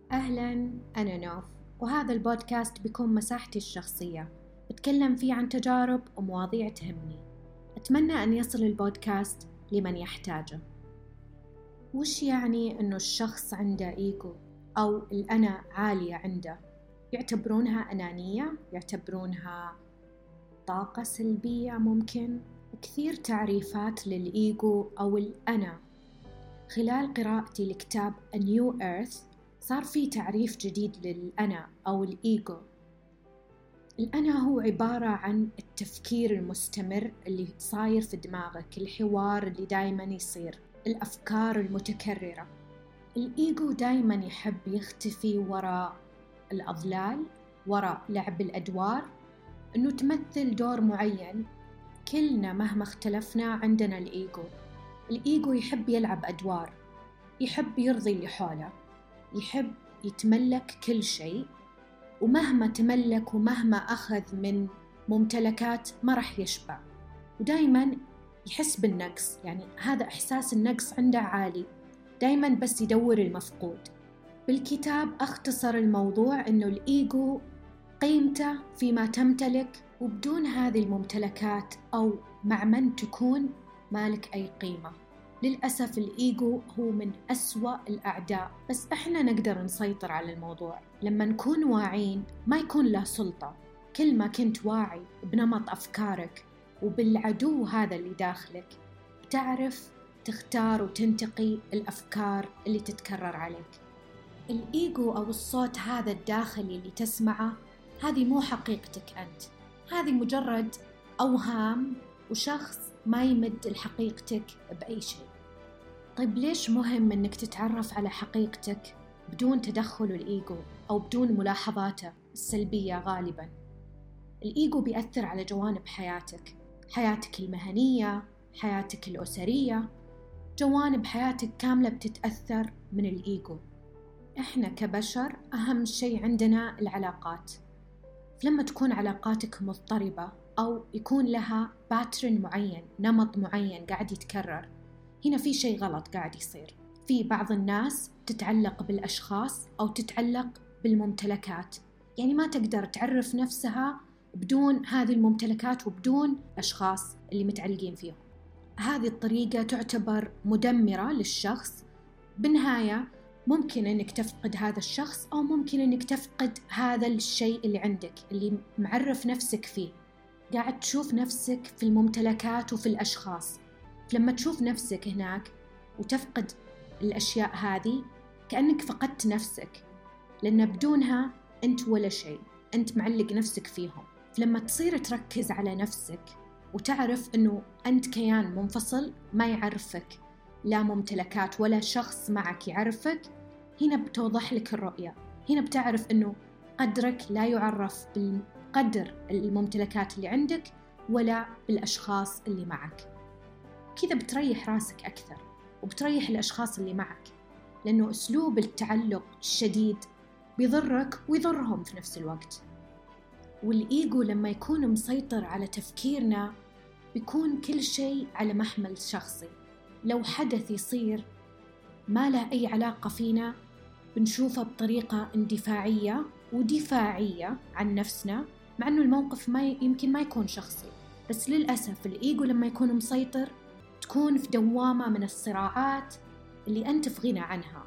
أهلاً، أنا نوف، وهذا البودكاست بيكون مساحتي الشخصية بتكلم فيه عن تجارب ومواضيع تهمني. أتمنى أن يصل البودكاست لمن يحتاجه. وش يعني أنه الشخص عنده إيجو أو الأنا عالية عنده؟ يعتبرونها أنانية؟ يعتبرونها طاقة سلبية؟ ممكن كثير تعريفات للإيجو أو الأنا. خلال قراءتي لكتاب A New Earth صار في تعريف جديد للأنا أو الإيجو. الأنا هو عبارة عن التفكير المستمر اللي صاير في دماغك، الحوار اللي دايما يصير، الأفكار المتكررة. الإيجو دايما يحب يختفي وراء الأضلال، وراء لعب الأدوار، أنه تمثل دور معين. كلنا مهما اختلفنا عندنا الإيجو. الإيجو يحب يلعب أدوار، يحب يرضي اللي حوله، يحب يتملك كل شيء، ومهما تملك ومهما أخذ من ممتلكات ما رح يشبع، ودايما يحس بالنقص. يعني هذا إحساس النقص عنده عالي، دايما بس يدور المفقود. بالكتاب أختصر الموضوع إنه الإيجو قيمته فيما تمتلك، وبدون هذه الممتلكات أو مع من تكون مالك أي قيمة. للأسف الإيجو هو من أسوأ الأعداء، بس إحنا نقدر نسيطر على الموضوع لما نكون واعين. ما يكون له سلطة. كل ما كنت واعي بنمط أفكارك وبالعدو هذا اللي داخلك، بتعرف تختار وتنتقي الأفكار اللي تتكرر عليك. الإيجو أو الصوت هذا الداخلي اللي تسمعه، هذه مو حقيقتك أنت، هذه مجرد أوهام وشخص ما يمد لحقيقتك بأي شيء. طيب ليش مهم أنك تتعرف على حقيقتك بدون تدخل الإيجو أو بدون ملاحظاته السلبية؟ غالباً الإيجو بيأثر على جوانب حياتك المهنية، حياتك الأسرية، جوانب حياتك كاملة بتتأثر من الإيجو. إحنا كبشر أهم شيء عندنا العلاقات. لما تكون علاقاتك مضطربة أو يكون لها باترن معين، نمط معين قاعد يتكرر، هنا في شيء غلط قاعد يصير. في بعض الناس تتعلق بالأشخاص أو تتعلق بالممتلكات، يعني ما تقدر تعرف نفسها بدون هذه الممتلكات وبدون أشخاص اللي متعلقين فيهم. هذه الطريقة تعتبر مدمرة للشخص. بالنهاية ممكن أنك تفقد هذا الشخص، أو ممكن أنك تفقد هذا الشيء اللي عندك اللي معرف نفسك فيه. قاعد تشوف نفسك في الممتلكات وفي الأشخاص. لما تشوف نفسك هناك وتفقد الأشياء هذه، كأنك فقدت نفسك، لأن بدونها أنت ولا شيء، أنت معلق نفسك فيهم. لما تصير تركز على نفسك وتعرف أنه أنت كيان منفصل ما يعرفك لا ممتلكات ولا شخص معك يعرفك، هنا بتوضح لك الرؤية. هنا بتعرف أنه قدرك لا يعرف بالقدر الممتلكات اللي عندك ولا بالأشخاص اللي معك. كذا بتريح راسك أكثر وبتريح الأشخاص اللي معك، لأنه أسلوب التعلق الشديد بيضرك ويضرهم في نفس الوقت. والإيجو لما يكون مسيطر على تفكيرنا بيكون كل شيء على محمل شخصي. لو حدث يصير ما له أي علاقة فينا، بنشوفه بطريقة اندفاعية ودفاعية عن نفسنا، مع أنه الموقف يمكن ما يكون شخصي. بس للأسف الإيجو لما يكون مسيطر تكون في دوامة من الصراعات اللي أنت في غنى عنها.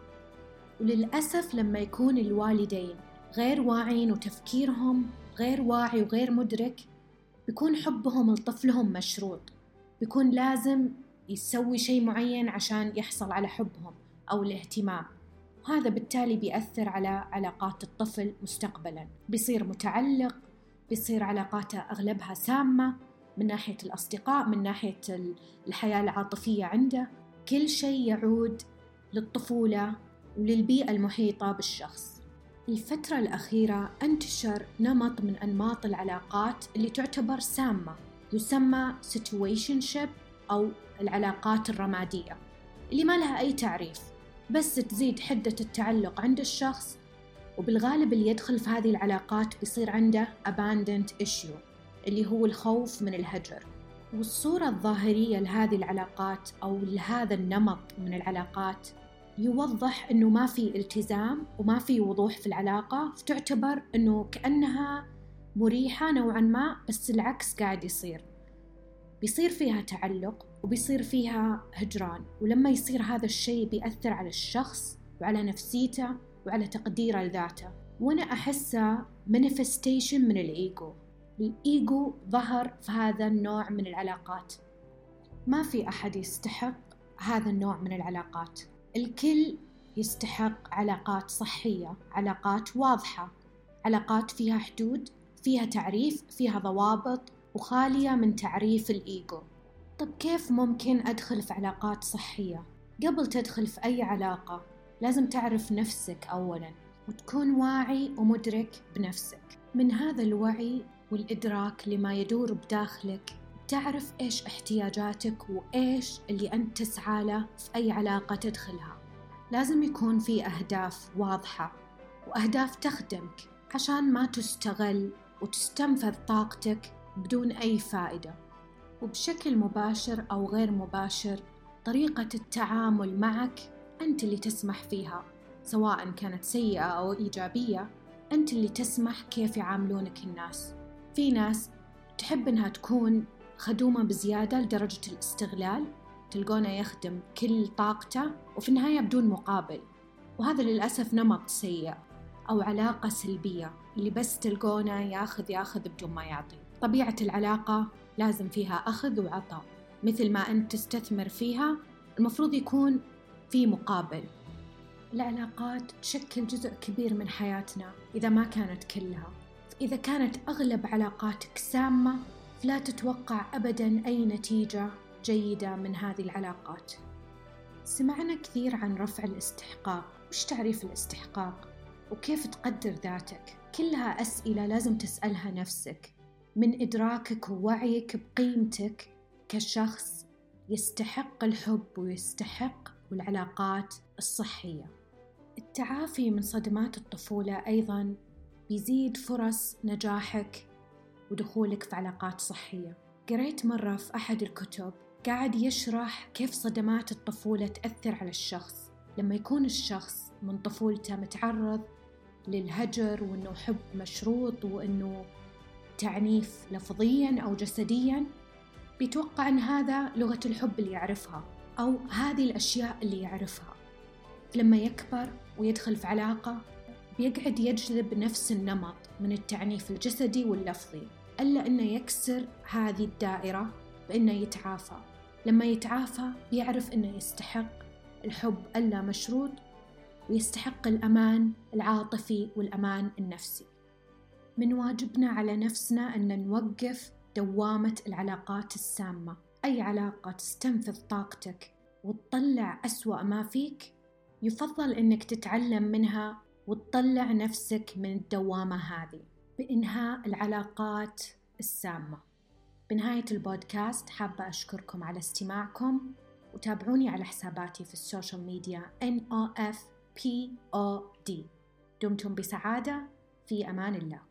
وللأسف لما يكون الوالدين غير واعين وتفكيرهم غير واعي وغير مدرك، بيكون حبهم لطفلهم مشروط، بيكون لازم يسوي شيء معين عشان يحصل على حبهم أو الاهتمام. وهذا بالتالي بيأثر على علاقات الطفل مستقبلاً. بيصير متعلق، بيصير علاقاته أغلبها سامة من ناحية الأصدقاء، من ناحية الحياة العاطفية عنده. كل شيء يعود للطفولة وللبيئة المحيطة بالشخص. الفترة الأخيرة انتشر نمط من أنماط العلاقات اللي تعتبر سامة، يسمى situationship أو العلاقات الرمادية، اللي ما لها أي تعريف، بس تزيد حدة التعلق عند الشخص. وبالغالب اللي يدخل في هذه العلاقات بيصير عنده abandonment issue، اللي هو الخوف من الهجر. والصورة الظاهرية لهذه العلاقات أو لهذا النمط من العلاقات يوضح أنه ما في التزام وما في وضوح في العلاقة، فتعتبر أنه كأنها مريحة نوعا ما، بس العكس قاعد بيصير فيها تعلق وبيصير فيها هجران. ولما يصير هذا الشيء بيأثر على الشخص وعلى نفسيته وعلى تقديره لذاته. وأنا أحسها manifestation من الإيجو ظهر في هذا النوع من العلاقات. ما في أحد يستحق هذا النوع من العلاقات. الكل يستحق علاقات صحية، علاقات واضحة، علاقات فيها حدود، فيها تعريف، فيها ضوابط، وخالية من تعريف الإيجو. طب كيف ممكن أدخل في علاقات صحية؟ قبل تدخل في أي علاقة لازم تعرف نفسك أولاً، وتكون واعي ومدرك بنفسك. من هذا الوعي والإدراك لما يدور بداخلك تعرف إيش احتياجاتك وإيش اللي أنت تسعى له في أي علاقة تدخلها. لازم يكون في أهداف واضحة وأهداف تخدمك عشان ما تستغل وتستنفذ طاقتك بدون أي فائدة. وبشكل مباشر أو غير مباشر طريقة التعامل معك أنت اللي تسمح فيها، سواء كانت سيئة أو إيجابية. أنت اللي تسمح كيف يعاملونك الناس. في ناس تحب أنها تكون خدومة بزيادة لدرجة الاستغلال، تلقونه يخدم كل طاقته وفي النهاية بدون مقابل، وهذا للأسف نمط سيء أو علاقة سلبية اللي بس تلقونه ياخذ بدون ما يعطي. طبيعة العلاقة لازم فيها أخذ وعطاء، مثل ما أنت تستثمر فيها المفروض يكون في مقابل. العلاقات تشكل جزء كبير من حياتنا إذا ما كانت كلها. إذا كانت أغلب علاقاتك سامة فلا تتوقع أبداً أي نتيجة جيدة من هذه العلاقات. سمعنا كثير عن رفع الاستحقاق. وش تعريف الاستحقاق؟ وكيف تقدر ذاتك؟ كلها أسئلة لازم تسألها نفسك من إدراكك ووعيك بقيمتك كشخص يستحق الحب ويستحق العلاقات الصحية. التعافي من صدمات الطفولة أيضاً بيزيد فرص نجاحك ودخولك في علاقات صحية. قريت مرة في أحد الكتب قاعد يشرح كيف صدمات الطفولة تأثر على الشخص. لما يكون الشخص من طفولته متعرض للهجر وأنه حب مشروط وأنه تعنيف لفظياً أو جسدياً، بيتوقع أن هذا لغة الحب اللي يعرفها أو هذه الأشياء اللي يعرفها. لما يكبر ويدخل في علاقة بيقعد يجذب نفس النمط من التعنيف الجسدي واللفظي، إلا أنه يكسر هذه الدائرة بأنه يتعافى. لما يتعافى بيعرف أنه يستحق الحب اللا مشروط ويستحق الأمان العاطفي والأمان النفسي. من واجبنا على نفسنا أن نوقف دوامة العلاقات السامة. أي علاقة تستنفذ طاقتك وتطلع أسوأ ما فيك يفضل أنك تتعلم منها وتطلع نفسك من الدوامة هذه بإنهاء العلاقات السامة. بنهاية البودكاست حابة أشكركم على استماعكم، وتابعوني على حساباتي في السوشيال ميديا NOFPOD. دمتم بسعادة، في أمان الله.